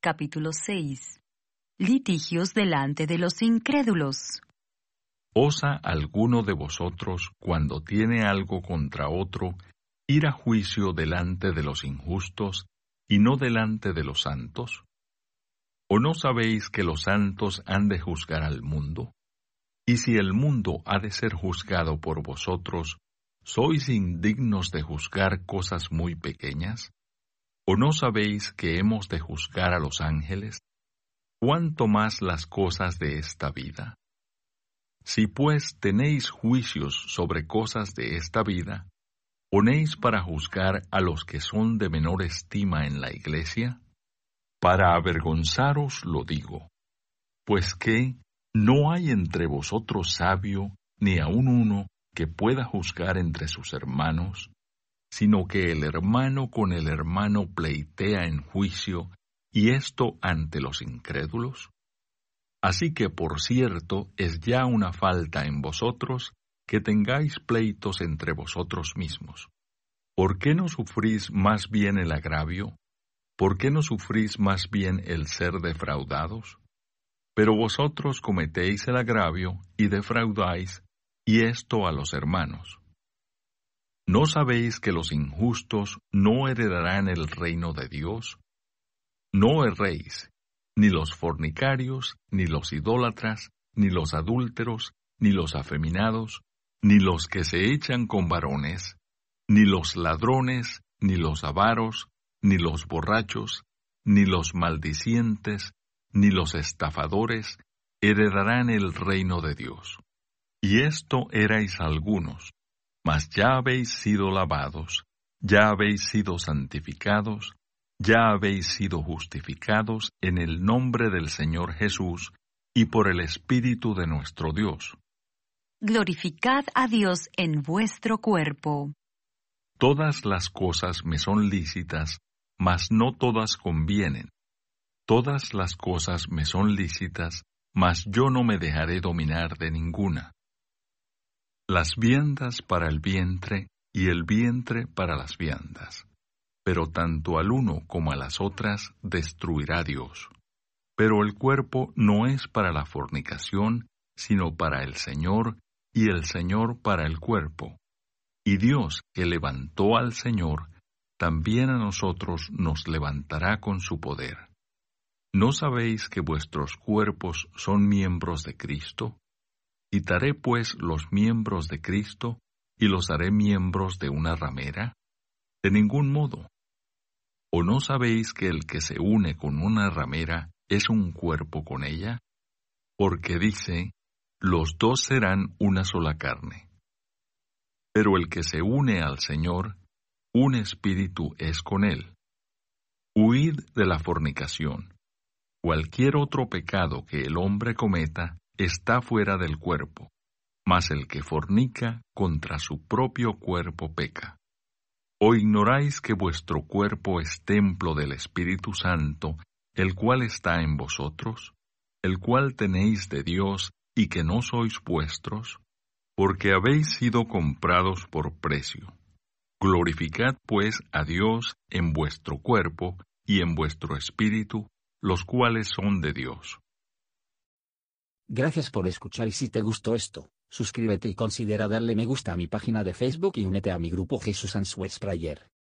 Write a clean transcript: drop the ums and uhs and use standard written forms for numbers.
capítulo 6. Litigios delante de los incrédulos. ¿Osa alguno de vosotros, cuando tiene algo contra otro, ir a juicio delante de los injustos y no delante de los santos? ¿O no sabéis que los santos han de juzgar al mundo? Y si el mundo ha de ser juzgado por vosotros, ¿sois indignos de juzgar cosas muy pequeñas? ¿O no sabéis que hemos de juzgar a los ángeles? ¿Cuánto más las cosas de esta vida? Si pues tenéis juicios sobre cosas de esta vida, ¿ponéis para juzgar a los que son de menor estima en la iglesia? Para avergonzaros lo digo, pues que no hay entre vosotros sabio, ni aun uno que pueda juzgar entre sus hermanos, sino que el hermano con el hermano pleitea en juicio, y esto ante los incrédulos. Así que, por cierto, es ya una falta en vosotros que tengáis pleitos entre vosotros mismos. ¿Por qué no sufrís más bien el agravio? ¿Por qué no sufrís más bien el ser defraudados? Pero vosotros cometéis el agravio y defraudáis, y esto a los hermanos. ¿No sabéis que los injustos no heredarán el reino de Dios? No erréis, ni los fornicarios, ni los idólatras, ni los adúlteros, ni los afeminados, ni los que se echan con varones, ni los ladrones, ni los avaros, ni los borrachos, ni los maldicientes, ni los estafadores heredarán el reino de Dios. Y esto erais algunos, mas ya habéis sido lavados, ya habéis sido santificados, ya habéis sido justificados en el nombre del Señor Jesús y por el Espíritu de nuestro Dios. Glorificad a Dios en vuestro cuerpo. Todas las cosas me son lícitas, mas no todas convienen. Todas las cosas me son lícitas, mas yo no me dejaré dominar de ninguna. Las viandas para el vientre y el vientre para las viandas. Pero tanto al uno como a las otras destruirá Dios. Pero el cuerpo no es para la fornicación, sino para el Señor, y el Señor para el cuerpo. Y Dios, que levantó al Señor, también a nosotros nos levantará con su poder. ¿No sabéis que vuestros cuerpos son miembros de Cristo? ¿Quitaré pues los miembros de Cristo y los haré miembros de una ramera? De ningún modo. ¿O no sabéis que el que se une con una ramera es un cuerpo con ella? Porque dice, los dos serán una sola carne. Pero el que se une al Señor, un espíritu es con él. Huid de la fornicación. Cualquier otro pecado que el hombre cometa está fuera del cuerpo, mas el que fornica contra su propio cuerpo peca. ¿O ignoráis que vuestro cuerpo es templo del Espíritu Santo, el cual está en vosotros, el cual tenéis de Dios y que no sois vuestros? Porque habéis sido comprados por precio. Glorificad pues a Dios en vuestro cuerpo y en vuestro espíritu, los cuales son de Dios. Gracias por escuchar y si te gustó esto, suscríbete y considera darle me gusta a mi página de Facebook y únete a mi grupo Jesús Answers Prayer.